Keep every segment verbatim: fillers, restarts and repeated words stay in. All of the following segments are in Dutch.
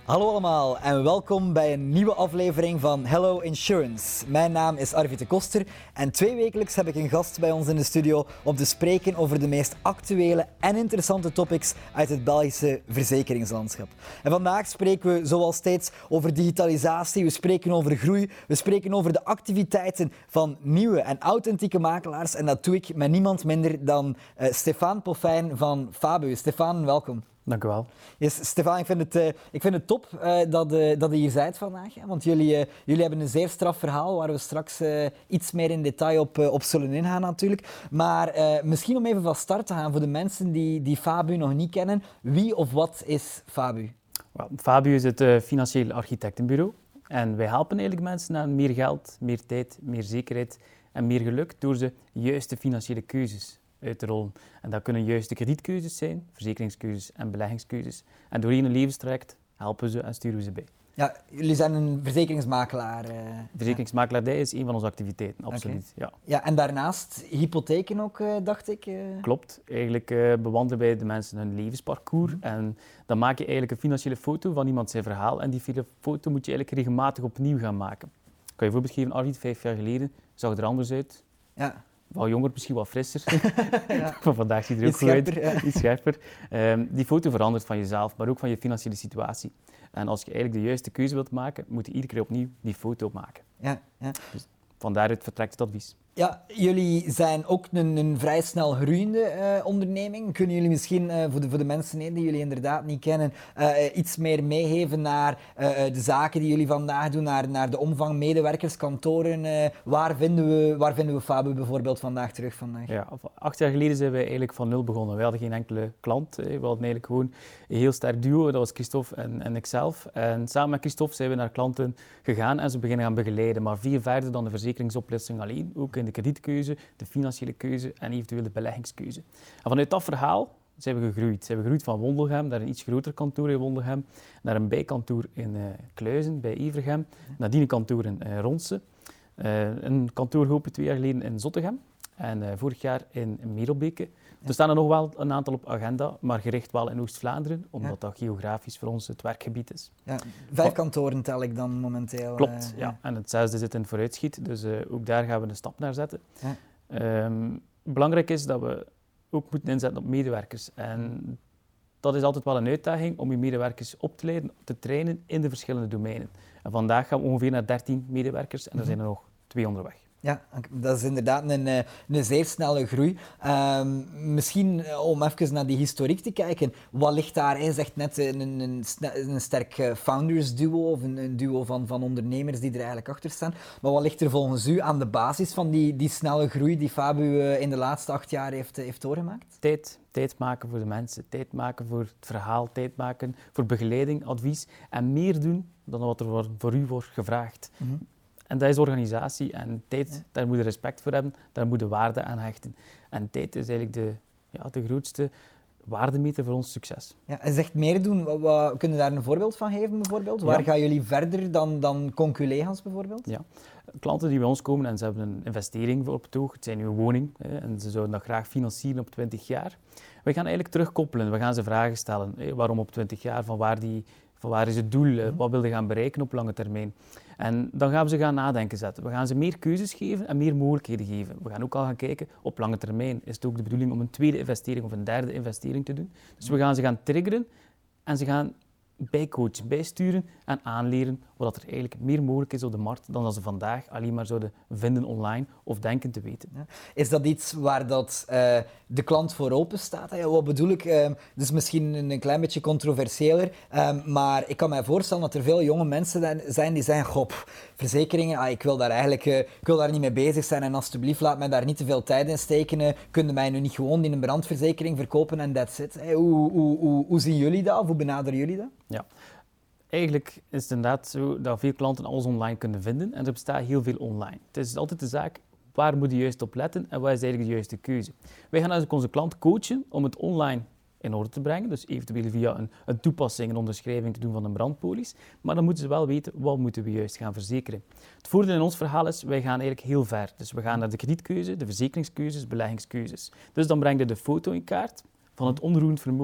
Hallo allemaal en welkom bij een nieuwe aflevering van Hello Insurance. Mijn naam is Arvid de Koster en tweewekelijks heb ik een gast bij ons in de studio om te spreken over de meest actuele en interessante topics uit het Belgische verzekeringslandschap. En vandaag spreken we zoals steeds over digitalisatie, we spreken over groei, we spreken over de activiteiten van nieuwe en authentieke makelaars en dat doe ik met niemand minder dan uh, Stefaan Poffijn van Fabu. Stefaan, welkom. Dank u wel. Yes, Stefaan, ik vind het, uh, ik vind het top uh, dat, uh, dat je hier bent vandaag. Hè? Want jullie, uh, jullie hebben een zeer straf verhaal waar we straks uh, iets meer in detail op, uh, op zullen ingaan natuurlijk. Maar uh, misschien om even van start te gaan voor de mensen die, die Fabu nog niet kennen. Wie of wat is Fabu? Well, Fabu is het uh, financieel architectenbureau. En wij helpen eigenlijk mensen aan meer geld, meer tijd, meer zekerheid en meer geluk door ze juiste financiële keuzes uit te rollen. En dat kunnen juiste kredietkeuzes zijn, verzekeringskeuzes en beleggingskeuzes. En doorheen een levenstraject helpen we ze en sturen we ze bij. Ja, jullie zijn een verzekeringsmakelaar. Uh, Verzekeringsmakelaardij is een van onze activiteiten, absoluut. Okay. Ja. Ja, en daarnaast hypotheken ook, uh, dacht ik? Uh... Klopt. Eigenlijk uh, bewandelen wij de mensen hun levensparcours. Mm-hmm. En dan maak je eigenlijk een financiële foto van iemand zijn verhaal. En die foto moet je eigenlijk regelmatig opnieuw gaan maken. Ik kan je voorbeeld geven, Arvid, vijf jaar geleden zag het er anders uit. Ja. Wel jonger, misschien wat frisser. Ja. Van vandaag ziet er ook iets goed scherper, uit. Ja. Iets scherper. Um, die foto verandert van jezelf, maar ook van je financiële situatie. En als je eigenlijk de juiste keuze wilt maken, moet je iedere keer opnieuw die foto maken. Ja, ja. Dus van daaruit vertrekt het advies. Ja, jullie zijn ook een, een vrij snel groeiende uh, onderneming. Kunnen jullie misschien uh, voor, de, voor de mensen nee, die jullie inderdaad niet kennen, uh, iets meer meegeven naar uh, de zaken die jullie vandaag doen, naar, naar de omvang medewerkers, kantoren? Uh, waar, vinden we, waar vinden we Fabu bijvoorbeeld vandaag terug? Vandaag? Ja, acht jaar geleden zijn wij eigenlijk van nul begonnen. We hadden geen enkele klant. We hadden eigenlijk gewoon een heel sterk duo. Dat was Christophe en, en ikzelf. En samen met Christophe zijn we naar klanten gegaan en ze beginnen gaan begeleiden. Maar veel verder dan de verzekeringsoplossing alleen. Ook in de kredietkeuze, de financiële keuze en eventueel de beleggingskeuze. En vanuit dat verhaal zijn we gegroeid. Zijn we gegroeid van Wondelgem naar een iets groter kantoor in Wondelgem, naar een bijkantoor in uh, Kluizen, bij Evergem, nadien een kantoor in uh, Ronse, uh, een kantoor geopend twee jaar geleden in Zottegem en uh, vorig jaar in Merelbeke. Ja. Er staan er nog wel een aantal op agenda, maar gericht wel in Oost-Vlaanderen, omdat ja. dat geografisch voor ons het werkgebied is. Ja, vijf kantoren tel ik dan momenteel. Klopt, uh, ja. ja. En het zesde zit in het vooruitschiet, dus uh, ook daar gaan we een stap naar zetten. Ja. Um, belangrijk is dat we ook moeten inzetten op medewerkers. En dat is altijd wel een uitdaging om je medewerkers op te leiden, te trainen in de verschillende domeinen. En vandaag gaan we ongeveer naar dertien medewerkers en er zijn er nog twee onderweg. Ja, dat is inderdaad een, een zeer snelle groei. Um, misschien om even naar die historiek te kijken. Wat ligt daar? Je zegt net een, een, een sterk founders duo of een, een duo van, van ondernemers die er eigenlijk achter staan. Maar wat ligt er volgens u aan de basis van die, die snelle groei die Fabu in de laatste acht jaar heeft, heeft doorgemaakt? Tijd. Tijd maken voor de mensen, tijd maken voor het verhaal, tijd maken voor begeleiding, advies en meer doen dan wat er voor u wordt gevraagd. Mm-hmm. En dat is organisatie en tijd, ja. Daar moet je respect voor hebben, daar moet je waarde aan hechten. En tijd is eigenlijk de, ja, de grootste waardemeter voor ons succes. Ja, en zegt meer doen, wat, wat, kun je daar een voorbeeld van geven bijvoorbeeld? Waar ja. gaan jullie verder dan, dan conculega's bijvoorbeeld? Ja, klanten die bij ons komen en ze hebben een investering voor op het oog, het zijn hun woning hè, en ze zouden dat graag financieren op twintig jaar. We gaan eigenlijk terugkoppelen, we gaan ze vragen stellen. Hè, waarom op twintig jaar, van waar, die, van waar is het doel, mm-hmm. wat wil je gaan bereiken op lange termijn? En dan gaan we ze gaan nadenken zetten. We gaan ze meer keuzes geven en meer mogelijkheden geven. We gaan ook al gaan kijken, op lange termijn is het ook de bedoeling om een tweede investering of een derde investering te doen. Dus we gaan ze gaan triggeren en ze gaan bijcoachen, bijsturen en aanleren wat er eigenlijk meer mogelijk is op de markt dan dat ze vandaag alleen maar zouden vinden online of denken te weten. Ja. Is dat iets waar dat, uh, de klant voor open staat? Ja, wat bedoel ik? Uh, dus misschien een klein beetje controversiëler, uh, maar ik kan me voorstellen dat er veel jonge mensen zijn die zeggen, goh, verzekeringen, ah, ik wil daar eigenlijk uh, ik wil daar niet mee bezig zijn en alsjeblieft laat mij daar niet te veel tijd in steken. Uh, kunnen mij nu niet gewoon in een brandverzekering verkopen en that's it? Hey, hoe, hoe, hoe, hoe zien jullie dat of hoe benaderen jullie dat? Ja. Eigenlijk is het inderdaad zo dat veel klanten alles online kunnen vinden en er bestaat heel veel online. Het is altijd de zaak, waar moet je juist op letten en wat is eigenlijk de juiste keuze? Wij gaan eigenlijk onze klant coachen om het online in orde te brengen, dus eventueel via een, een toepassing, een onderschrijving te doen van een brandpolis, maar dan moeten ze wel weten, wat moeten we juist gaan verzekeren. Het voordeel in ons verhaal is, wij gaan eigenlijk heel ver. Dus we gaan naar de kredietkeuze, de verzekeringskeuzes, beleggingskeuzes. Dus dan breng je de foto in kaart van het onroerend vermogen.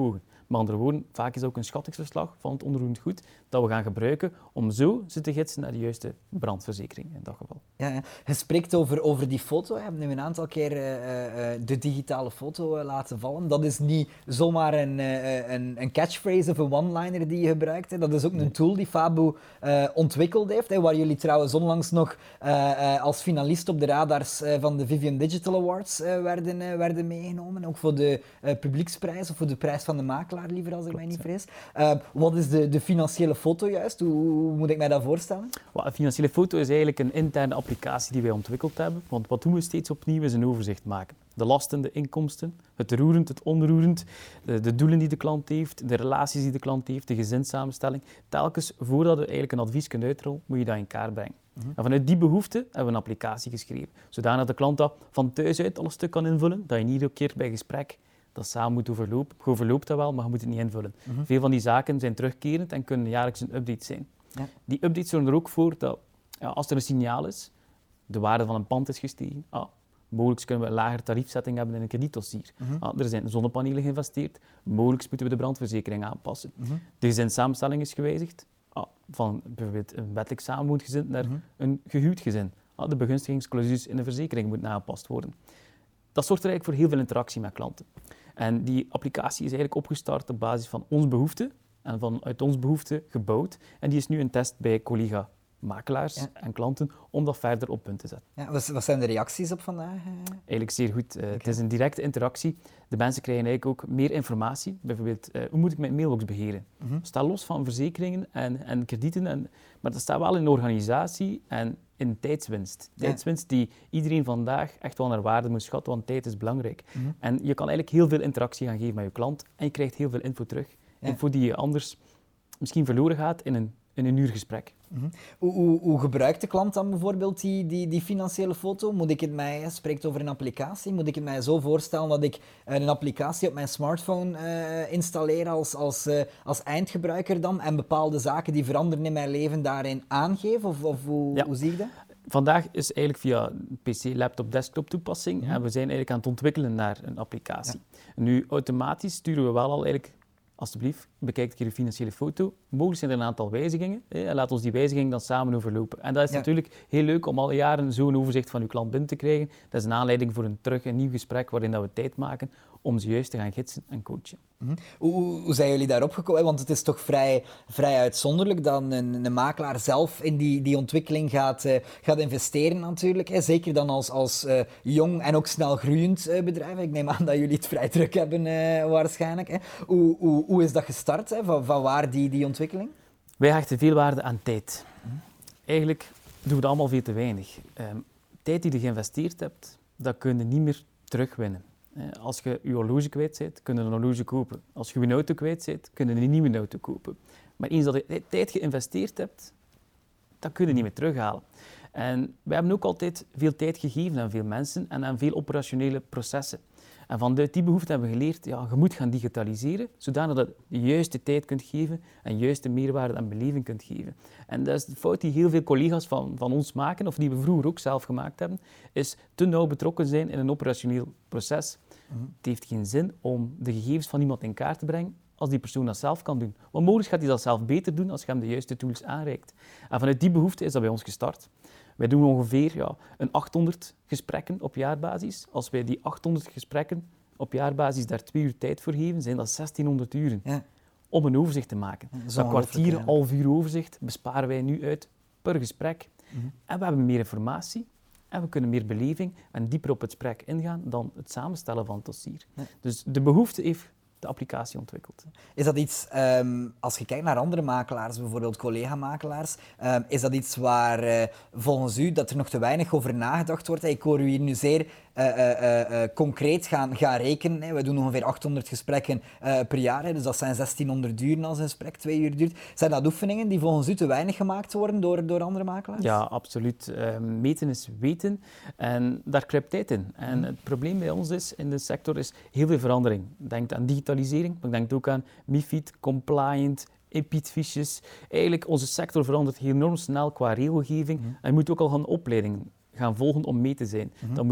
Met andere woorden, vaak is dat ook een schattingsverslag van het onroerend goed dat we gaan gebruiken om zo ze te gidsen naar de juiste brandverzekering in dat geval. Ja, ja. Je spreekt over, over die foto. Je hebt nu een aantal keer uh, uh, de digitale foto uh, laten vallen. Dat is niet zomaar een, uh, een, een catchphrase of een one-liner die je gebruikt. Hè. Dat is ook een tool die Fabu uh, ontwikkeld heeft, hè, waar jullie trouwens onlangs nog uh, uh, als finalist op de radars uh, van de Vivian Digital Awards uh, werden, uh, werden meegenomen. Ook voor de uh, publieksprijs of voor de prijs van de makelaar, liever als ik Klopt, mij niet vrees. Uh, wat is de, de financiële foto juist? Hoe, hoe moet ik mij dat voorstellen? Well, een financiële foto is eigenlijk een interne applicatie die wij ontwikkeld hebben. Want wat doen we steeds opnieuw is een overzicht maken. De lasten, de inkomsten, het roerend, het onroerend, de, de doelen die de klant heeft, de relaties die de klant heeft, de gezinssamenstelling. Telkens voordat je eigenlijk een advies kunt uitrollen, moet je dat in kaart brengen. Mm-hmm. En vanuit die behoefte hebben we een applicatie geschreven. Zodanig de klant dat van thuis uit al een stuk kan invullen, dat je niet iedere keer bij gesprek dat samen moet overlopen. Je overloopt dat wel, maar je moet het niet invullen. Mm-hmm. Veel van die zaken zijn terugkerend en kunnen jaarlijks een update zijn. Ja. Die updates zorgen er ook voor dat ja, als er een signaal is, de waarde van een pand is gestegen, ah, mogelijk kunnen we een lagere tariefzetting hebben in een kredietdossier. Mm-hmm. Ah, er zijn zonnepanelen geïnvesteerd, mogelijk moeten we de brandverzekering aanpassen. Mm-hmm. De gezinssamenstelling is gewijzigd, ah, van bijvoorbeeld een wettelijk samenwoond gezin naar mm-hmm. een gehuwd gezin. Ah, de begunstigingsclausules in de verzekering moeten aangepast worden. Dat zorgt er eigenlijk voor heel veel interactie met klanten. En die applicatie is eigenlijk opgestart op basis van onze behoeften en vanuit onze behoeften gebouwd. En die is nu een test bij collega makelaars ja. en klanten om dat verder op punt te zetten. Ja, wat, wat zijn de reacties op vandaag? Eigenlijk zeer goed. Uh, okay. Het is een directe interactie. De mensen krijgen eigenlijk ook meer informatie. Bijvoorbeeld, uh, hoe moet ik mijn mailbox beheren? Mm-hmm. Dat staat los van verzekeringen en, en kredieten, en, maar dat staat wel in organisatie en in tijdswinst. Tijdswinst ja. die iedereen vandaag echt wel naar waarde moet schatten, want tijd is belangrijk. Mm-hmm. En je kan eigenlijk heel veel interactie gaan geven met je klant en je krijgt heel veel info terug. Ja. Info die je anders misschien verloren gaat in een in een uur gesprek. Mm-hmm. Hoe, hoe, hoe gebruikt de klant dan bijvoorbeeld die, die, die financiële foto? Moet ik het mij, je spreekt over een applicatie, moet ik het mij zo voorstellen dat ik een applicatie op mijn smartphone uh, installeer als, als, uh, als eindgebruiker dan en bepaalde zaken die veranderen in mijn leven daarin aangeef? Of, of hoe, ja. hoe zie ik dat? Vandaag is eigenlijk via P C, laptop, desktop toepassing mm-hmm. en we zijn eigenlijk aan het ontwikkelen naar een applicatie. Ja. Nu, automatisch sturen we wel al eigenlijk alsjeblieft, bekijk een keer de financiële foto. Mogelijk zijn er een aantal wijzigingen. Hè, en laat ons die wijzigingen dan samen overlopen. En dat is ja. natuurlijk heel leuk om alle jaren zo'n overzicht van uw klant binnen te krijgen. Dat is een aanleiding voor een terug een nieuw gesprek waarin dat we tijd maken om ze juist te gaan gidsen en coachen. Mm-hmm. Hoe, hoe zijn jullie daarop gekomen? Want het is toch vrij, vrij uitzonderlijk dat een, een makelaar zelf in die, die ontwikkeling gaat, uh, gaat investeren natuurlijk. Hè? Zeker dan als, als uh, jong en ook snel groeiend uh, bedrijf. Ik neem aan dat jullie het vrij druk hebben uh, waarschijnlijk. Hè? Hoe, hoe, hoe is dat gestart? Hè? Van, van waar die, die ontwikkeling? Wij hechten veel waarde aan tijd. Mm-hmm. Eigenlijk doen we dat allemaal veel te weinig. Um, tijd die je geïnvesteerd hebt, dat kun je niet meer terugwinnen. Als je je horloge kwijt bent, kun je een horloge kopen. Als je je auto kwijt bent, kun je een nieuwe auto kopen. Maar eens dat je tijd geïnvesteerd hebt, dat kun je niet meer terughalen. En wij hebben ook altijd veel tijd gegeven aan veel mensen en aan veel operationele processen. En vanuit die behoefte hebben we geleerd, ja, je moet gaan digitaliseren, zodanig dat je de juiste tijd kunt geven en juiste meerwaarde en beleving kunt geven. En dat is de fout die heel veel collega's van, van ons maken, of die we vroeger ook zelf gemaakt hebben, is te nauw betrokken zijn in een operationeel proces. Mm-hmm. Het heeft geen zin om de gegevens van iemand in kaart te brengen als die persoon dat zelf kan doen. Want mogelijk gaat hij dat zelf beter doen als je hem de juiste tools aanreikt. En vanuit die behoefte is dat bij ons gestart. Wij doen ongeveer ja, een achthonderd gesprekken op jaarbasis. Als wij die achthonderd gesprekken op jaarbasis daar twee uur tijd voor geven, zijn dat zestienhonderd uren. Ja. Om een overzicht te maken. Ja, dat kwartier, ja. half uur overzicht besparen wij nu uit per gesprek. Mm-hmm. En we hebben meer informatie en we kunnen meer beleving en dieper op het gesprek ingaan dan het samenstellen van het dossier. Ja. Dus de behoefte heeft de applicatie ontwikkeld. Is dat iets, um, als je kijkt naar andere makelaars, bijvoorbeeld collega-makelaars, um, is dat iets waar uh, volgens u dat er nog te weinig over nagedacht wordt? Ik hoor u hier nu zeer uh, uh, uh, concreet gaan, gaan rekenen. Hè. We doen ongeveer achthonderd gesprekken uh, per jaar, hè. Dus dat zijn zestienhonderd uren als een gesprek twee uur duurt. Zijn dat oefeningen die volgens u te weinig gemaakt worden door, door andere makelaars? Ja, absoluut. Uh, meten is weten en daar kruipt tijd in. En mm. het probleem bij ons is, in de sector is heel veel verandering. Denk aan digitalisering, maar ik denk ook aan MiFID, compliant, E P I D-fiches. Eigenlijk, onze sector verandert enorm snel qua regelgeving. Mm. En je moet ook al gaan opleidingen gaan volgen om mee te zijn. Mm-hmm. Dan moet je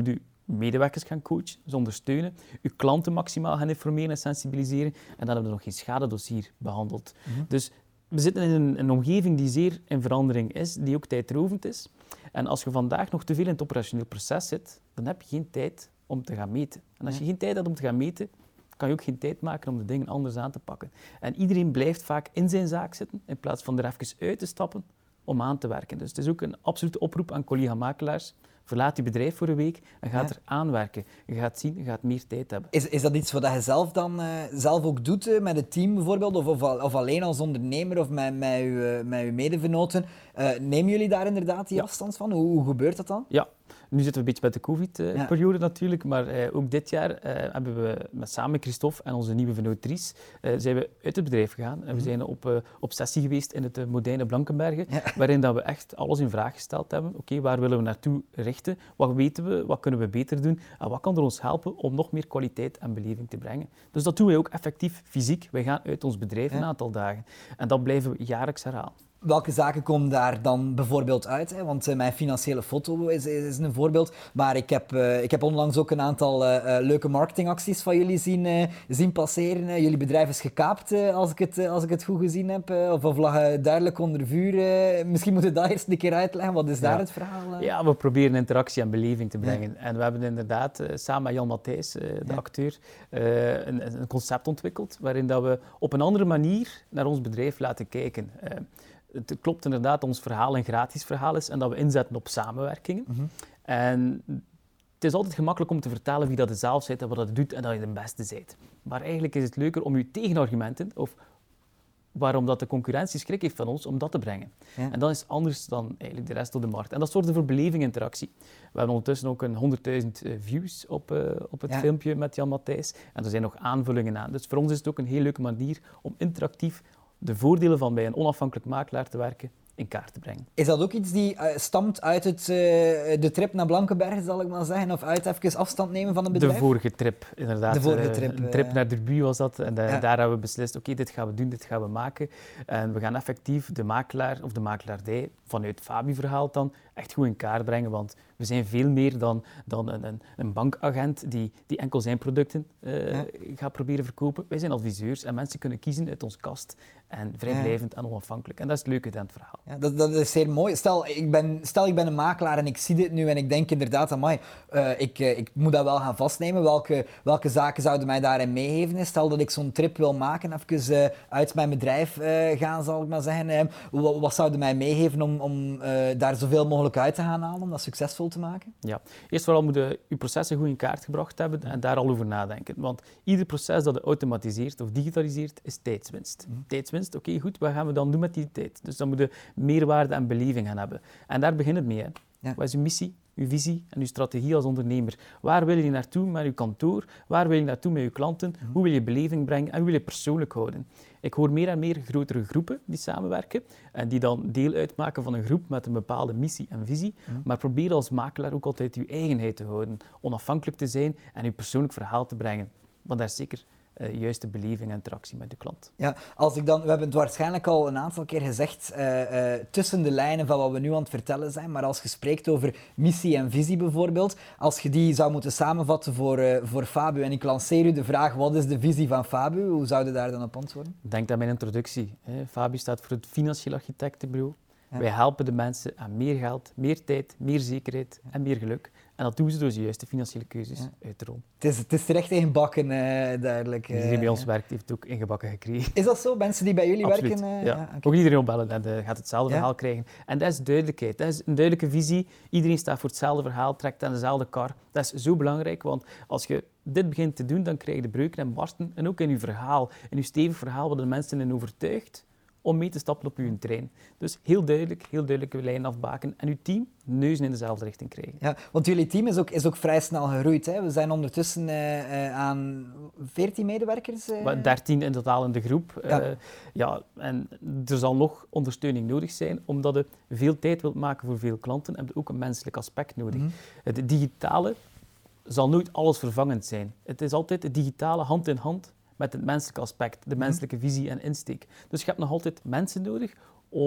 medewerkers gaan coachen, ze ondersteunen, uw klanten maximaal gaan informeren en sensibiliseren en dan hebben we nog geen schadedossier behandeld. Mm-hmm. Dus we zitten in een, een omgeving die zeer in verandering is, die ook tijdrovend is. En als je vandaag nog te veel in het operationeel proces zit, dan heb je geen tijd om te gaan meten. En als je geen tijd hebt om te gaan meten, kan je ook geen tijd maken om de dingen anders aan te pakken. En iedereen blijft vaak in zijn zaak zitten, in plaats van er even uit te stappen om aan te werken. Dus het is ook een absolute oproep aan collega-makelaars. Verlaat je bedrijf voor een week en gaat ja. er aan werken. Je gaat zien, je gaat meer tijd hebben. Is, is dat iets wat je zelf dan uh, zelf ook doet, uh, met het team bijvoorbeeld? Of, of, of alleen als ondernemer of met, met, uw, uh, met uw medevenoten? Uh, nemen jullie daar inderdaad die ja. afstand van? Hoe, hoe gebeurt dat dan? Ja. Nu zitten we een beetje met de covid-periode ja. natuurlijk, maar uh, ook dit jaar uh, hebben we met samen Christophe en onze nieuwe venoot Dries, uh, zijn we uit het bedrijf gegaan. En we zijn op, uh, op sessie geweest in het uh, moderne Blankenbergen, ja. waarin dat we echt alles in vraag gesteld hebben. Oké, okay, waar willen we naartoe richten? Wat weten we? Wat kunnen we beter doen? En wat kan er ons helpen om nog meer kwaliteit en beleving te brengen? Dus dat doen wij ook effectief fysiek. Wij gaan uit ons bedrijf ja. een aantal dagen. En dat blijven we jaarlijks herhalen. Welke zaken komen daar dan bijvoorbeeld uit? Hè? Want uh, mijn financiële foto is, is een voorbeeld. Maar ik heb, uh, ik heb onlangs ook een aantal uh, uh, leuke marketingacties van jullie zien, uh, zien passeren. Uh, jullie bedrijf is gekaapt, uh, als, ik het, uh, als ik het goed gezien heb. Uh, of, of lag uh, duidelijk onder vuur. Uh, misschien moet je dat eerst een keer uitleggen. Wat is daar ja. het verhaal? Uh? Ja, we proberen interactie en beleving te brengen. Ja. En we hebben inderdaad uh, samen met Jan Matthijs, uh, de ja. acteur, uh, een, een concept ontwikkeld waarin dat we op een andere manier naar ons bedrijf laten kijken. Uh, Het klopt inderdaad dat ons verhaal een gratis verhaal is en dat we inzetten op samenwerkingen. Mm-hmm. En het is altijd gemakkelijk om te vertellen wie dat je zelf bent en wat dat doet en dat je de beste bent. Maar eigenlijk is het leuker om je tegenargumenten, of waarom dat de concurrentie schrik heeft van ons, om dat te brengen. Ja. En dat is anders dan eigenlijk de rest op de markt. En dat zorgt voor beleving en interactie. We hebben ondertussen ook een honderdduizend views op, uh, op het ja. filmpje met Jan Matthijs. En er zijn nog aanvullingen aan. Dus voor ons is het ook een heel leuke manier om interactief de voordelen van bij een onafhankelijk makelaar te werken in kaart te brengen. Is dat ook iets die uh, stamt uit het, uh, de trip naar Blankenbergen, zal ik maar zeggen, of uit even afstand nemen van een bedrijf? De vorige trip, inderdaad. De vorige trip. Uh, een trip naar Derby was dat. En uh, ja. daar hebben we beslist, oké, okay, dit gaan we doen, dit gaan we maken. En we gaan effectief de makelaar, of de makelaardij, vanuit Fabi verhaal dan, echt goed in kaart brengen, want we zijn veel meer dan, dan een, een, een bankagent die, die enkel zijn producten uh, ja. gaat proberen verkopen. Wij zijn adviseurs en mensen kunnen kiezen uit onze kast en vrijblijvend ja. en onafhankelijk. En dat is het leuke aan het verhaal. Ja, dat, dat is zeer mooi. Stel ik, ben, stel, ik ben een makelaar en ik zie dit nu en ik denk inderdaad, amai, uh, ik, uh, ik moet dat wel gaan vastnemen. Welke, welke zaken zouden mij daarin meegeven? Stel dat ik zo'n trip wil maken, even uh, uit mijn bedrijf uh, gaan, zal ik maar zeggen. Uh, wat, wat zouden mij meegeven om, om uh, daar zoveel mogelijk uit te gaan halen, om dat succesvol te maken? Ja, eerst vooral moet je je processen goed in kaart gebracht hebben en daar al over nadenken. Want ieder proces dat je automatiseert of digitaliseert, is tijdswinst. Mm. Tijdswinst, oké, okay, goed, wat gaan we dan doen met die tijd? Dus dan moet je meerwaarde en beleving gaan hebben. En daar begint het mee. Hè. Ja. Wat is je missie, je visie en je strategie als ondernemer? Waar wil je naartoe met je kantoor? Waar wil je naartoe met je klanten? Mm. Hoe wil je beleving brengen en hoe wil je persoonlijk houden? Ik hoor meer en meer grotere groepen die samenwerken en die dan deel uitmaken van een groep met een bepaalde missie en visie. Mm. Maar probeer als makelaar ook altijd je eigenheid te houden, onafhankelijk te zijn en je persoonlijk verhaal te brengen. Want daar is zeker uh, juiste beleving en interactie met de klant. Ja, als ik dan, we hebben het waarschijnlijk al een aantal keer gezegd, uh, uh, tussen de lijnen van wat we nu aan het vertellen zijn, maar als je spreekt over missie en visie bijvoorbeeld, als je die zou moeten samenvatten voor, uh, voor Fabu, en ik lanceer u de vraag, wat is de visie van Fabu? Hoe zou je daar dan op antwoorden? Denk aan mijn introductie. Hè. Fabu staat voor het Financieel Architectenbureau. Ja. Wij helpen de mensen aan meer geld, meer tijd, meer zekerheid en meer geluk. En dat doen ze door de juiste financiële keuzes ja. uit te rollen. Het is, het is terecht ingebakken, uh, duidelijk. Iedereen die bij ons werkt, heeft het ook ingebakken gekregen. Is dat zo? Mensen die bij jullie Absoluut. werken? Uh, ja. Ja, okay. Ook iedereen opbellen en uh, gaat hetzelfde ja. verhaal krijgen. En dat is duidelijkheid. Dat is een duidelijke visie. Iedereen staat voor hetzelfde verhaal, trekt aan dezelfde kar. Dat is zo belangrijk, want als je dit begint te doen, dan krijg je de breuken en barsten. En ook in je verhaal, in je stevig verhaal, wat de mensen in overtuigt om mee te stappen op uw trein. Dus heel duidelijk, heel duidelijke lijnen afbaken en uw team neuzen in dezelfde richting krijgen. Ja, want jullie team is ook, is ook vrij snel gegroeid. Hè? We zijn ondertussen uh, uh, aan veertien medewerkers. Uh... dertien in totaal in de groep. Ja. Uh, ja, en er zal nog ondersteuning nodig zijn, omdat je veel tijd wilt maken voor veel klanten, heb je ook een menselijk aspect nodig. Mm-hmm. Het digitale zal nooit alles vervangend zijn. Het is altijd het digitale hand in hand met het menselijke aspect, de menselijke visie en insteek. Dus je hebt nog altijd mensen nodig om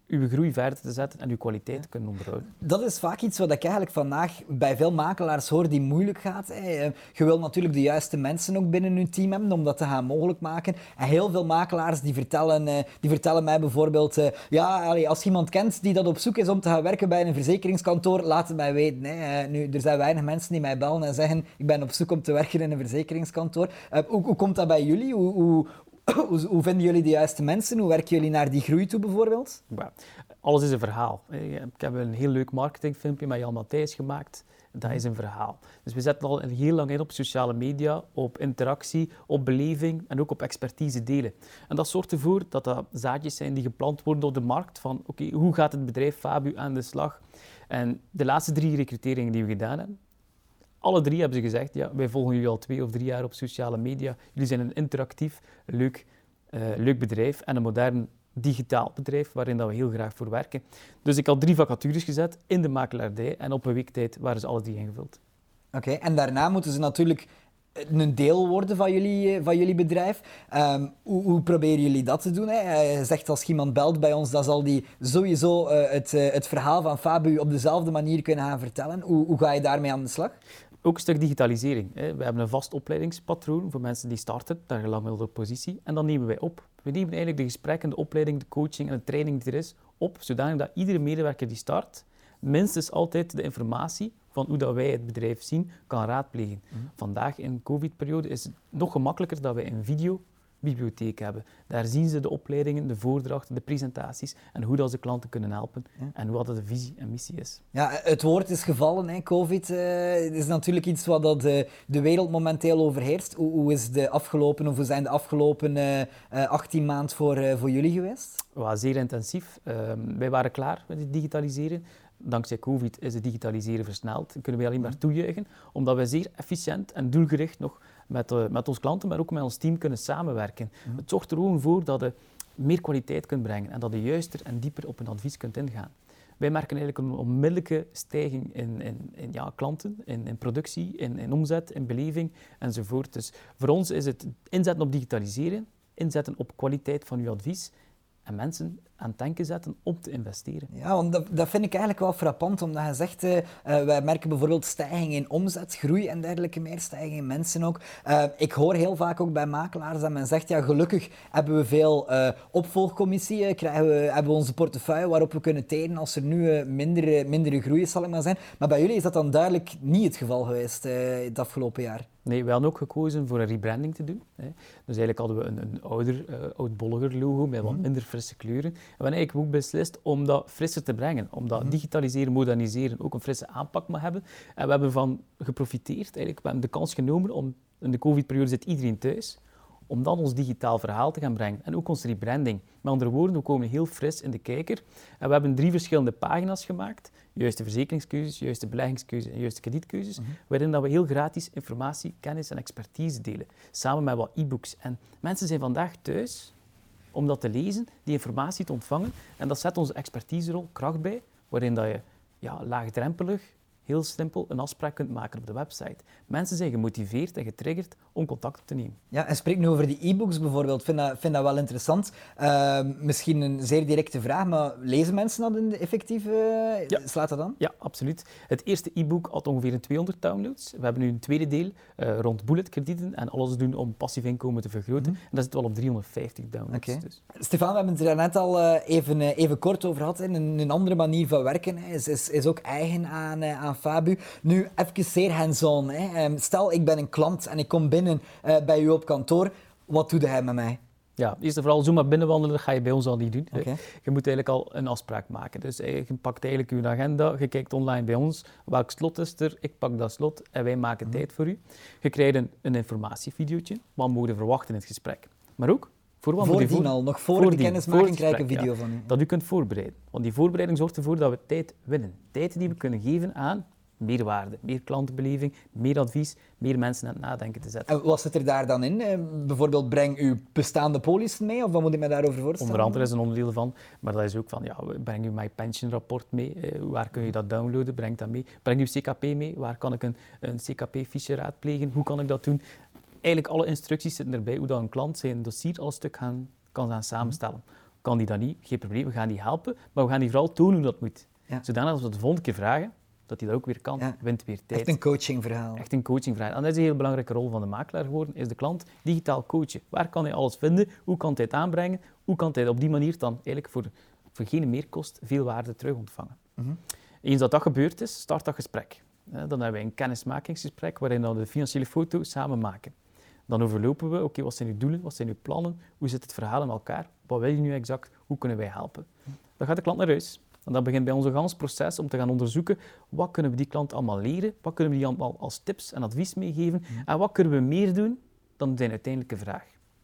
uw groei verder te zetten en uw kwaliteit te kunnen onderhouden. Dat is vaak iets wat ik eigenlijk vandaag bij veel makelaars hoor die moeilijk gaat. Hè. Je wil natuurlijk de juiste mensen ook binnen je team hebben om dat te gaan mogelijk maken. En heel veel makelaars die vertellen, die vertellen mij bijvoorbeeld, ja, als je iemand kent die dat op zoek is om te gaan werken bij een verzekeringskantoor, laat het mij weten. Hè. Nu, er zijn weinig mensen die mij bellen en zeggen, ik ben op zoek om te werken in een verzekeringskantoor. Hoe, hoe komt dat bij jullie? Hoe, hoe, Hoe, hoe vinden jullie de juiste mensen? Hoe werken jullie naar die groei toe bijvoorbeeld? Ja, alles is een verhaal. Ik heb een heel leuk marketingfilmpje met Jan Matthijs gemaakt. Dat is een verhaal. Dus we zetten al heel lang in op sociale media, op interactie, op beleving en ook op expertise delen. En dat zorgt ervoor dat dat zaadjes zijn die geplant worden op de markt van oké, okay, hoe gaat het bedrijf Fabu aan de slag? En de laatste drie recruteringen die we gedaan hebben, alle drie hebben ze gezegd, ja, wij volgen jullie al twee of drie jaar op sociale media. Jullie zijn een interactief, leuk, uh, leuk bedrijf en een modern digitaal bedrijf waarin dat we heel graag voor werken. Dus ik had drie vacatures gezet in de makelaardij en op een week tijd waren ze alle drie ingevuld. Oké, okay, en daarna moeten ze natuurlijk een deel worden van jullie, van jullie bedrijf. Um, hoe, hoe proberen jullie dat te doen? Hè? Je zegt als iemand belt bij ons, dan zal die sowieso uh, het, uh, het verhaal van Fabu op dezelfde manier kunnen gaan vertellen. Hoe, hoe ga je daarmee aan de slag? Ook een stuk digitalisering. Hè. We hebben een vast opleidingspatroon voor mensen die starten, naar gemiddelde positie. En dan nemen wij op. We nemen eigenlijk de gesprekken, de opleiding, de coaching en de training die er is op, zodanig dat iedere medewerker die start minstens altijd de informatie van hoe dat wij het bedrijf zien, kan raadplegen. Mm-hmm. Vandaag in de COVID-periode is het nog gemakkelijker dat wij een videobibliotheek hebben. Daar zien ze de opleidingen, de voordrachten, de presentaties en hoe dat ze klanten kunnen helpen ja. en hoe dat de visie en missie is. Ja, het woord is gevallen, hè. COVID uh, is natuurlijk iets wat dat, uh, de wereld momenteel overheerst. Hoe, hoe, is de afgelopen, of hoe zijn de afgelopen uh, uh, achttien maanden voor, uh, voor jullie geweest? Well, zeer intensief. Uh, wij waren klaar met het digitaliseren. Dankzij COVID is het digitaliseren versneld. Dat kunnen we alleen maar toejuichen, omdat wij zeer efficiënt en doelgericht nog met, uh, met onze klanten, maar ook met ons team kunnen samenwerken. Mm. Het zorgt er gewoon voor dat je meer kwaliteit kunt brengen en dat je juister en dieper op een advies kunt ingaan. Wij merken eigenlijk een onmiddellijke stijging in, in, in ja, klanten, in, in productie, in, in omzet, in beleving enzovoort. Dus voor ons is het inzetten op digitaliseren, inzetten op kwaliteit van uw advies en mensen aan het denken zetten om te investeren. Ja, want dat, dat vind ik eigenlijk wel frappant, omdat je zegt, uh, wij merken bijvoorbeeld stijging in omzet, groei en dergelijke meer, stijging in mensen ook. Uh, ik hoor heel vaak ook bij makelaars dat men zegt, ja, gelukkig hebben we veel uh, opvolgcommissie, uh, krijgen we, hebben we onze portefeuille waarop we kunnen teren als er nu uh, minder, mindere groei is, zal ik maar zijn. Maar bij jullie is dat dan duidelijk niet het geval geweest uh, het afgelopen jaar. Nee, we hadden ook gekozen voor een rebranding te doen. Hè. Dus eigenlijk hadden we een, een ouder, uh, oudbolliger logo met wat minder frisse kleuren. En we hebben eigenlijk ook beslist om dat frisser te brengen. Omdat mm-hmm. digitaliseren, moderniseren ook een frisse aanpak mag hebben. En we hebben van geprofiteerd. Eigenlijk. We hebben de kans genomen om, in de COVID-periode zit iedereen thuis, om dan ons digitaal verhaal te gaan brengen. En ook onze rebranding. Met andere woorden, we komen heel fris in de kijker. En we hebben drie verschillende pagina's gemaakt. Juiste verzekeringskeuzes, juiste beleggingskeuzes en juiste kredietkeuzes. Mm-hmm. Waarin dat we heel gratis informatie, kennis en expertise delen. Samen met wat e-books. En mensen zijn vandaag thuis om dat te lezen, die informatie te ontvangen. En dat zet onze expertiserol kracht bij, waarin dat je ja, laagdrempelig, heel simpel een afspraak kunt maken op de website. Mensen zijn gemotiveerd en getriggerd om contact op te nemen. Ja, en spreek nu over die e-books bijvoorbeeld. Ik vind dat, vind dat wel interessant. Uh, misschien een zeer directe vraag, maar lezen mensen dat in de effectieve... Uh, ja. Slaat dat aan? Ja, absoluut. Het eerste e-book had ongeveer tweehonderd downloads. We hebben nu een tweede deel uh, rond bulletkredieten en alles doen om passief inkomen te vergroten. Mm-hmm. En dat zit wel op driehonderdvijftig downloads. Okay. Dus. Stefan, we hebben het er net al uh, even, uh, even kort over gehad. Een, een andere manier van werken hè, is, is, is ook eigen aan, uh, aan Fabu. Nu, even zeer hands-on. Hè. Um, stel, ik ben een klant en ik kom binnen uh, bij u op kantoor. Wat doet hij met mij? Ja, eerst en vooral zo maar binnenwandelen, dat ga je bij ons al niet doen. Okay. Je moet eigenlijk al een afspraak maken. Dus je pakt eigenlijk je agenda, je kijkt online bij ons, welk slot is er, ik pak dat slot en wij maken mm. tijd voor u. Je krijgt een, een informatievideootje, wat mogen we verwachten in het gesprek. Maar ook, voor wat voordien moet je voor... al, nog voor, voor de kennismaking krijg ik een video ja, van u. Dat u kunt voorbereiden. Want die voorbereiding zorgt ervoor dat we tijd winnen. Tijd die we kunnen geven aan meer waarde, meer klantenbeleving, meer advies, meer mensen aan het nadenken te zetten. En wat zit er daar dan in? Eh, bijvoorbeeld breng uw bestaande polissen mee, of wat moet ik me daarover voorstellen? Onder andere is een onderdeel van, maar dat is ook van, ja, breng uw My Pension rapport mee, eh, waar kun je dat downloaden, breng dat mee. Breng uw C K P mee, waar kan ik een, een C K P-fiche raadplegen, hoe kan ik dat doen? Eigenlijk alle instructies zitten erbij, hoe dat een klant zijn dossier al een stuk gaan, kan gaan samenstellen. kan die dat niet, geen probleem, we gaan die helpen, maar we gaan die vooral tonen hoe dat moet. Ja. Zodanig als we het de volgende keer vragen, dat hij dat ook weer kan, Ja. wint weer tijd. Echt een coachingverhaal. Echt een coachingverhaal. En dat is een heel belangrijke rol van de makelaar geworden, is de klant digitaal coachen. Waar kan hij alles vinden? Hoe kan hij het aanbrengen? Hoe kan hij op die manier dan eigenlijk voor, voor geen meerkost veel waarde terug ontvangen? Mm-hmm. Eens dat dat gebeurd is, start dat gesprek. Dan hebben wij een kennismakingsgesprek waarin we de financiële foto samen maken. Dan overlopen we, oké, okay, wat zijn uw doelen, wat zijn uw plannen, hoe zit het verhaal in elkaar, wat wil je nu exact, hoe kunnen wij helpen? Dan gaat de klant naar huis. En dat begint bij ons gans proces om te gaan onderzoeken, wat kunnen we die klant allemaal leren, wat kunnen we die allemaal als tips en advies meegeven en wat kunnen we meer doen dan zijn uiteindelijke vraag.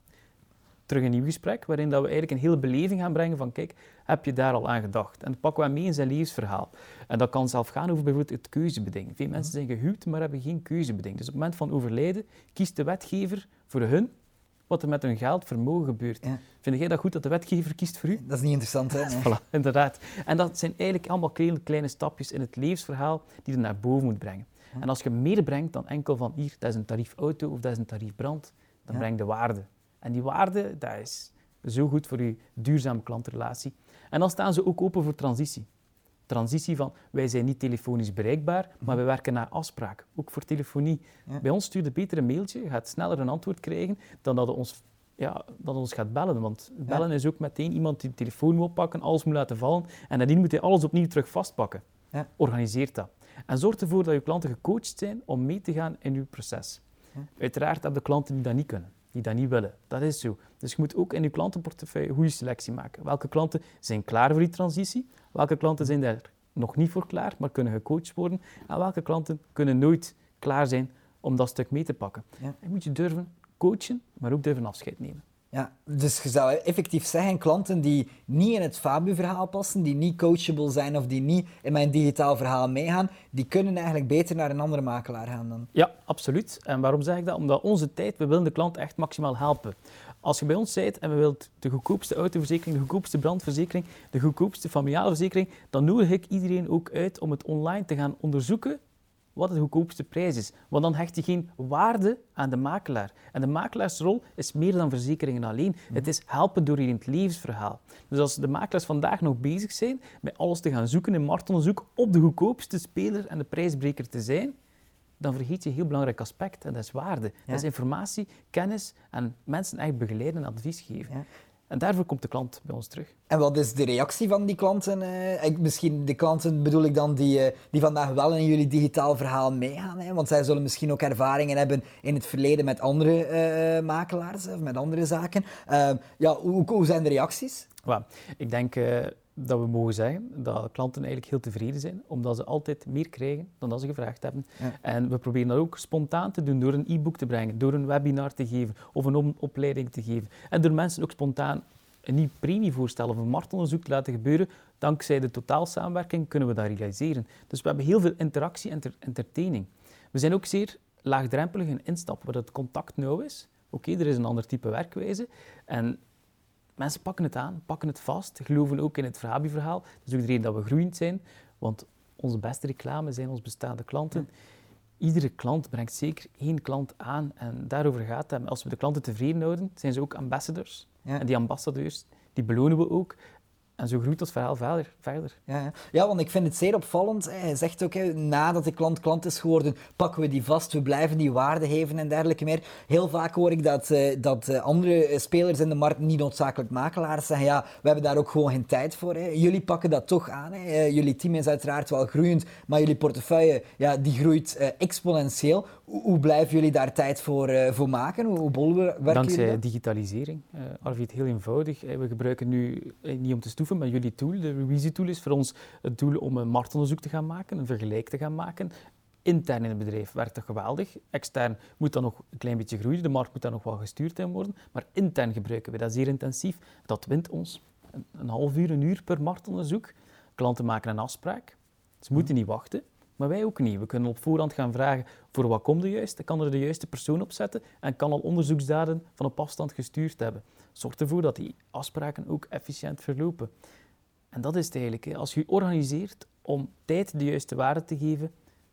Terug een nieuw gesprek, waarin dat we eigenlijk een hele beleving gaan brengen van, kijk, heb je daar al aan gedacht? En dat pakken we mee in zijn levensverhaal. En dat kan zelf gaan over bijvoorbeeld het keuzebeding. Veel mensen zijn gehuwd, maar hebben geen keuzebeding. Dus op het moment van overlijden kiest de wetgever voor hun wat er met hun geld, vermogen gebeurt. Ja. Vind jij dat goed dat de wetgever kiest voor u? Dat is niet interessant, hè? Nee. Voilà, inderdaad. En dat zijn eigenlijk allemaal kleine, kleine stapjes in het levensverhaal die je naar boven moet brengen. Ja. En als je meer brengt dan enkel van hier, dat is een tarief auto of dat is een tarief brand, dan ja. breng je de waarde. En die waarde, dat is zo goed voor je duurzame klantrelatie. En dan staan ze ook open voor transitie. Transitie van, wij zijn niet telefonisch bereikbaar, maar wij werken naar afspraak, ook voor telefonie. Ja. Bij ons stuurt het beter een mailtje, je gaat sneller een antwoord krijgen dan dat het ons, ja, dat ons gaat bellen. Want bellen ja. is ook meteen iemand die de telefoon moet pakken, alles moet laten vallen en nadien moet hij alles opnieuw terug vastpakken. Ja. Organiseer dat. En zorg ervoor dat je klanten gecoacht zijn om mee te gaan in uw proces. Ja. Uiteraard hebben de klanten die dat niet kunnen, die dat niet willen. Dat is zo. Dus je moet ook in je klantenportefeuille een goede selectie maken. Welke klanten zijn klaar voor die transitie? Welke klanten zijn daar nog niet voor klaar, maar kunnen gecoacht worden? En welke klanten kunnen nooit klaar zijn om dat stuk mee te pakken? Ja. En moet je durven coachen, maar ook durven afscheid nemen. Ja, dus je zou effectief zeggen, klanten die niet in het Fabu-verhaal passen, die niet coachable zijn of die niet in mijn digitaal verhaal meegaan, die kunnen eigenlijk beter naar een andere makelaar gaan dan? Ja, absoluut. En waarom zeg ik dat? Omdat onze tijd, we willen de klant echt maximaal helpen. Als je bij ons bent en we willen de goedkoopste autoverzekering, de goedkoopste brandverzekering, de goedkoopste familiale verzekering, dan nodig ik iedereen ook uit om het online te gaan onderzoeken wat de goedkoopste prijs is. Want dan hecht je geen waarde aan de makelaar. En de makelaarsrol is meer dan verzekeringen alleen. Mm. Het is helpen door in het levensverhaal. Dus als de makelaars vandaag nog bezig zijn met alles te gaan zoeken in marktonderzoek op de goedkoopste speler en de prijsbreker te zijn, dan vergeet je een heel belangrijk aspect en dat is waarde. Ja. Dat is informatie, kennis en mensen echt begeleiden en advies geven. Ja. En daarvoor komt de klant bij ons terug. En wat is de reactie van die klanten? Uh, misschien de klanten bedoel ik dan die, uh, die vandaag wel in jullie digitaal verhaal meegaan. Hè? Want zij zullen misschien ook ervaringen hebben in het verleden met andere uh, makelaars of met andere zaken. Uh, ja, hoe, hoe zijn de reacties? Well, ik denk uh, dat we mogen zeggen dat klanten eigenlijk heel tevreden zijn, omdat ze altijd meer krijgen dan dat ze gevraagd hebben. Ja. En we proberen dat ook spontaan te doen door een e-book te brengen, door een webinar te geven of een opleiding te geven. En door mensen ook spontaan een nieuw premievoorstel of een marktonderzoek te laten gebeuren. Dankzij de totaalsamenwerking kunnen we dat realiseren. Dus we hebben heel veel interactie en enter- entertaining. We zijn ook zeer laagdrempelig in instappen, waar het contact nauw is. Oké, okay, er is een ander type werkwijze. En mensen pakken het aan, pakken het vast, geloven ook in het Fabu-verhaal. Dat is ook de reden dat we groeiend zijn, want onze beste reclame zijn onze bestaande klanten. Ja. Iedere klant brengt zeker één klant aan en daarover gaat het. Als we de klanten tevreden houden, zijn ze ook ambassadors. Ja. En die ambassadeurs, die belonen we ook. En zo groeit dat verhaal verder. verder. Ja, ja. ja, want ik vind het zeer opvallend. Hij zegt ook, hè, nadat de klant klant is geworden, pakken we die vast, we blijven die waarde geven en dergelijke meer. Heel vaak hoor ik dat, uh, dat uh, andere spelers in de markt, niet noodzakelijk makelaars, zeggen, ja, we hebben daar ook gewoon geen tijd voor. Hè. Jullie pakken dat toch aan. Hè. Uh, jullie team is uiteraard wel groeiend, maar jullie portefeuille, ja, die groeit uh, exponentieel. Hoe, hoe blijven jullie daar tijd voor, uh, voor maken? Hoe, hoe bolwerken jullie Dankzij dat? digitalisering. Uh, Arvid, heel eenvoudig. We gebruiken nu, uh, niet om te stoeven, maar jullie tool, de revisietool, is voor ons het doel om een marktonderzoek te gaan maken, een vergelijk te gaan maken. Intern in het bedrijf werkt dat geweldig. Extern moet dat nog een klein beetje groeien, de markt moet daar nog wel gestuurd in worden. Maar intern gebruiken we dat zeer intensief. Dat wint ons een, een half uur, een uur per marktonderzoek. Klanten maken een afspraak. Ze moeten niet wachten, maar wij ook niet. We kunnen op voorhand gaan vragen voor wat komt er juist. Dan kan er de juiste persoon op zetten en kan al onderzoeksdaden van op afstand gestuurd hebben. Zorg ervoor dat die afspraken ook efficiënt verlopen. En dat is het eigenlijk. Hè. Als je je organiseert om tijd de juiste waarde te geven,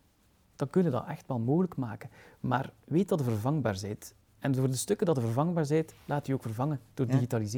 dan kun je dat echt wel mogelijk maken. Maar weet dat je vervangbaar bent. En voor de stukken dat je vervangbaar bent, laat je ook vervangen door ja. digitaliseren.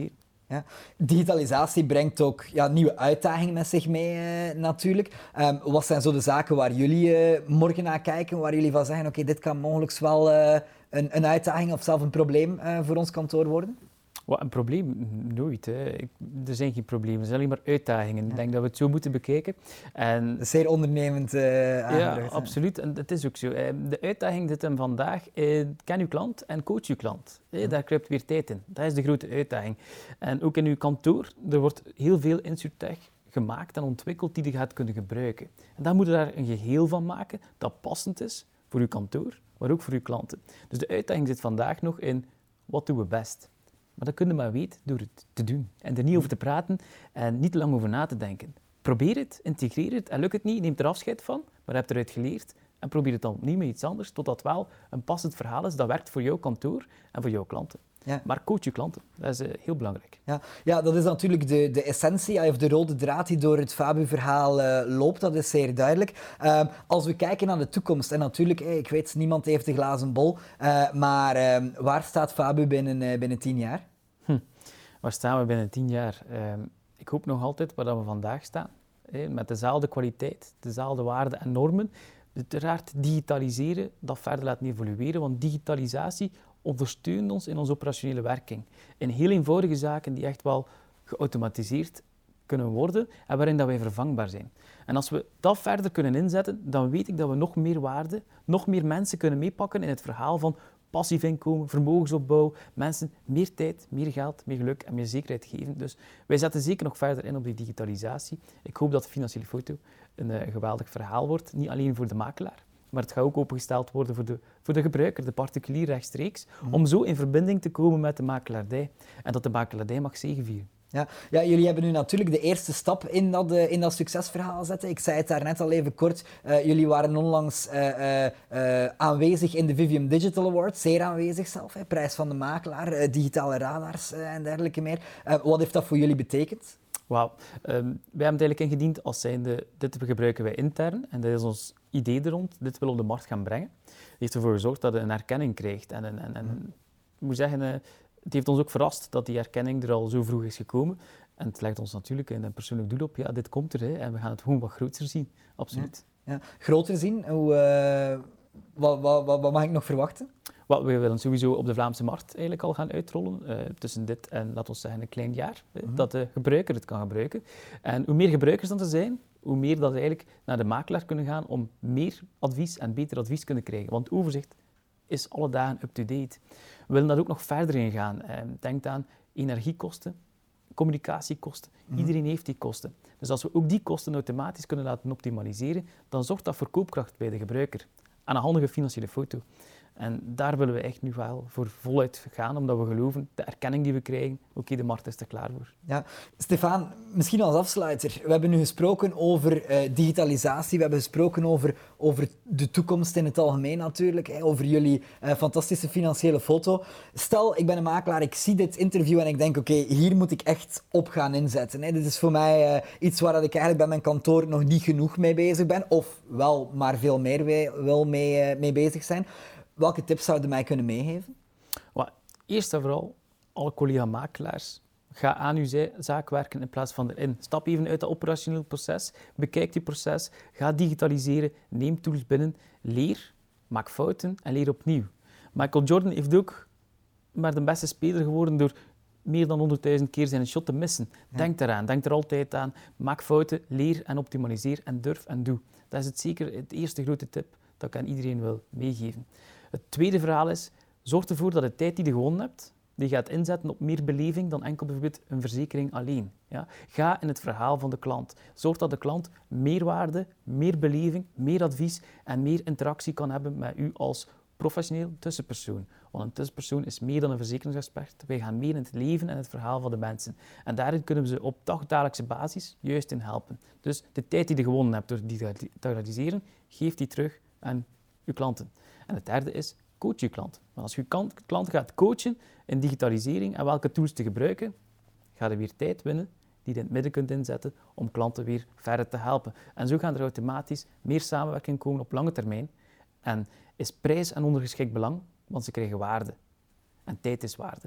Ja. Digitalisatie brengt ook ja, nieuwe uitdagingen met zich mee uh, natuurlijk. Um, wat zijn zo de zaken waar jullie uh, morgen naar kijken, waar jullie van zeggen, oké, okay, dit kan mogelijk wel uh, een, een uitdaging of zelfs een probleem uh, voor ons kantoor worden? Wat, een probleem? Nooit. Hè. Ik, er zijn geen problemen, er zijn alleen maar uitdagingen. Ja. Ik denk dat we het zo moeten bekijken. En, dat is zeer ondernemend uh, Ja, absoluut. En dat is ook zo. De uitdaging zit hem vandaag, eh, ken uw klant en coach uw klant. Eh, daar kruipt weer tijd in. Dat is de grote uitdaging. En ook in uw kantoor, er wordt heel veel insurtech gemaakt en ontwikkeld die je gaat kunnen gebruiken. En dan moet je daar een geheel van maken dat passend is voor uw kantoor, maar ook voor uw klanten. Dus de uitdaging zit vandaag nog in, wat doen we best? Maar dat kun je maar weten door het te doen. En er niet over te praten en niet te lang over na te denken. Probeer het, integreer het en lukt het niet, neem er afscheid van, maar heb eruit geleerd en probeer het dan opnieuw met iets anders, totdat het wel een passend verhaal is dat werkt voor jouw kantoor en voor jouw klanten. Ja. Maar coach je klanten, dat is uh, heel belangrijk. Ja. ja, dat is natuurlijk de, de essentie, of de rode draad die door het Fabu-verhaal uh, loopt, dat is zeer duidelijk. Uh, als we kijken naar de toekomst, en natuurlijk, hey, ik weet, niemand heeft een glazen bol, uh, maar uh, waar staat Fabu binnen, uh, binnen tien jaar? Hm. Waar staan we binnen tien jaar? Uh, ik hoop nog altijd waar we vandaag staan, hè, met dezelfde kwaliteit, dezelfde waarden en normen. Uiteraard digitaliseren, dat verder laten evolueren, want digitalisatie ondersteunt ons in onze operationele werking. In heel eenvoudige zaken die echt wel geautomatiseerd kunnen worden en waarin dat wij vervangbaar zijn. En als we dat verder kunnen inzetten, dan weet ik dat we nog meer waarde, nog meer mensen kunnen meepakken in het verhaal van passief inkomen, vermogensopbouw, mensen meer tijd, meer geld, meer geluk en meer zekerheid geven. Dus wij zetten zeker nog verder in op die digitalisatie. Ik hoop dat de financiële foto een, een geweldig verhaal wordt, niet alleen voor de makelaar, maar het gaat ook opengesteld worden voor de, voor de gebruiker, de particulier rechtstreeks, mm. om zo in verbinding te komen met de makelaardij en dat de makelaardij mag zegevieren. Ja. ja, jullie hebben nu natuurlijk de eerste stap in dat, uh, in dat succesverhaal zetten. Ik zei het daarnet al even kort. Uh, jullie waren onlangs uh, uh, uh, aanwezig in de Vivium Digital Awards, zeer aanwezig zelf. Hè. Prijs van de makelaar, uh, digitale radars uh, en dergelijke meer. Uh, wat heeft dat voor jullie betekend? Wauw. Um, wij hebben het eigenlijk ingediend als zijnde, dit gebruiken wij intern en dat is ons idee er rond, dit willen we op de markt gaan brengen. Het heeft ervoor gezorgd dat het een erkenning krijgt. En, en, en, en mm. ik moet zeggen, uh, het heeft ons ook verrast dat die erkenning er al zo vroeg is gekomen. En het legt ons natuurlijk een persoonlijk doel op. Ja, dit komt er hè, en we gaan het gewoon wat groter zien. Absoluut. Ja, ja. Groter zien? Hoe, uh, wat, wat, wat, wat mag ik nog verwachten? Well, we willen sowieso op de Vlaamse markt eigenlijk al gaan uitrollen. Uh, tussen dit en, laten we zeggen, een klein jaar. Hè, mm-hmm. Dat de gebruiker het kan gebruiken. En hoe meer gebruikers dan er zijn, hoe meer dat eigenlijk naar de makelaar kunnen gaan om meer advies en beter advies kunnen krijgen. Want overzicht is alle dagen up-to-date. We willen daar ook nog verder in gaan. Uh, denk aan energiekosten, communicatiekosten. Mm-hmm. Iedereen heeft die kosten. Dus als we ook die kosten automatisch kunnen laten optimaliseren, dan zorgt dat voor koopkracht bij de gebruiker. Aan een handige financiële foto. En daar willen we echt nu wel voor voluit gaan, omdat we geloven, de erkenning die we krijgen, oké, okay, de markt is er klaar voor. Ja. Stefaan, misschien als afsluiter. We hebben nu gesproken over uh, digitalisatie, we hebben gesproken over, over de toekomst in het algemeen natuurlijk, hè, over jullie uh, fantastische financiële foto. Stel, ik ben een makelaar, ik zie dit interview en ik denk, oké, okay, hier moet ik echt op gaan inzetten. Hè. Dit is voor mij uh, iets waar ik eigenlijk bij mijn kantoor nog niet genoeg mee bezig ben, of wel maar veel meer wil mee, uh, mee bezig zijn. Welke tips zouden mij kunnen meegeven? Well, eerst en vooral, alle collega-makelaars, ga aan uw zaak werken in plaats van erin. Stap even uit dat operationeel proces, bekijk die proces, ga digitaliseren, neem tools binnen, leer, maak fouten en leer opnieuw. Michael Jordan heeft ook maar de beste speler geworden door meer dan honderdduizend keer zijn shot te missen. Ja. Denk eraan, denk er altijd aan. Maak fouten, leer en optimaliseer en durf en doe. Dat is het zeker het eerste grote tip dat ik aan iedereen wil meegeven. Het tweede verhaal is, zorg ervoor dat de tijd die je gewonnen hebt, die gaat inzetten op meer beleving dan enkel bijvoorbeeld een verzekering alleen. Ja? Ga in het verhaal van de klant. Zorg dat de klant meer waarde, meer beleving, meer advies en meer interactie kan hebben met u als professioneel tussenpersoon. Want een tussenpersoon is meer dan een verzekeringsexpert. Wij gaan meer in het leven en het verhaal van de mensen. En daarin kunnen we ze op dagdagelijkse basis juist in helpen. Dus de tijd die je gewonnen hebt door digitaliseren, geef die terug aan uw klanten. En het derde is, coach je klant. Want als je je klant gaat coachen in digitalisering en welke tools te gebruiken, ga je weer tijd winnen die je in het midden kunt inzetten om klanten weer verder te helpen. En zo gaan er automatisch meer samenwerking komen op lange termijn. En is prijs en ondergeschikt belang, want ze krijgen waarde. En tijd is waarde.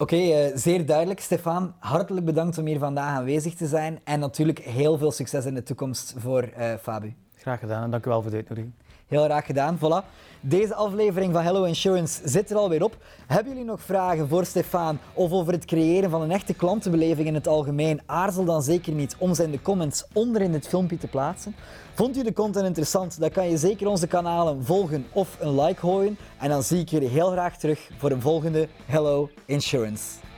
Oké, okay, uh, zeer duidelijk. Stefaan, hartelijk bedankt om hier vandaag aanwezig te zijn. En natuurlijk heel veel succes in de toekomst voor uh, Fabu. Graag gedaan en dank u wel voor de uitnodiging. Heel graag gedaan, voilà. Deze aflevering van Hello Insurance zit er alweer op. Hebben jullie nog vragen voor Stefaan of over het creëren van een echte klantenbeleving in het algemeen? Aarzel dan zeker niet om ze in de comments onder in dit filmpje te plaatsen. Vond u de content interessant? Dan kan je zeker onze kanalen volgen of een like gooien. En dan zie ik jullie heel graag terug voor een volgende Hello Insurance.